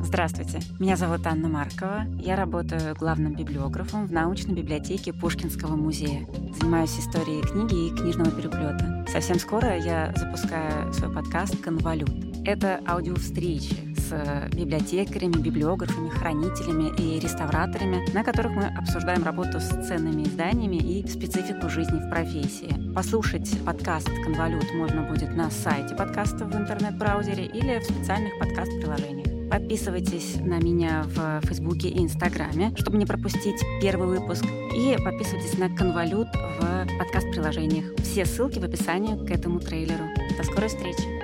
Здравствуйте, меня зовут Анна Маркова. Я работаю главным библиографом в научной библиотеке Пушкинского музея. Занимаюсь историей книги и книжного переплета. Совсем скоро я запускаю свой подкаст «Конвалют». Это аудиовстречи с библиотекарями, библиографами, хранителями и реставраторами, на которых мы обсуждаем работу с ценными изданиями и специфику жизни в профессии. Послушать подкаст «Конвалют» можно будет на сайте подкаста в интернет-браузере или в специальных подкаст-приложениях. Подписывайтесь на меня в Фейсбуке и Инстаграме, чтобы не пропустить первый выпуск. И подписывайтесь на «Конвалют» в подкаст-приложениях. Все ссылки в описании к этому трейлеру. До скорой встречи!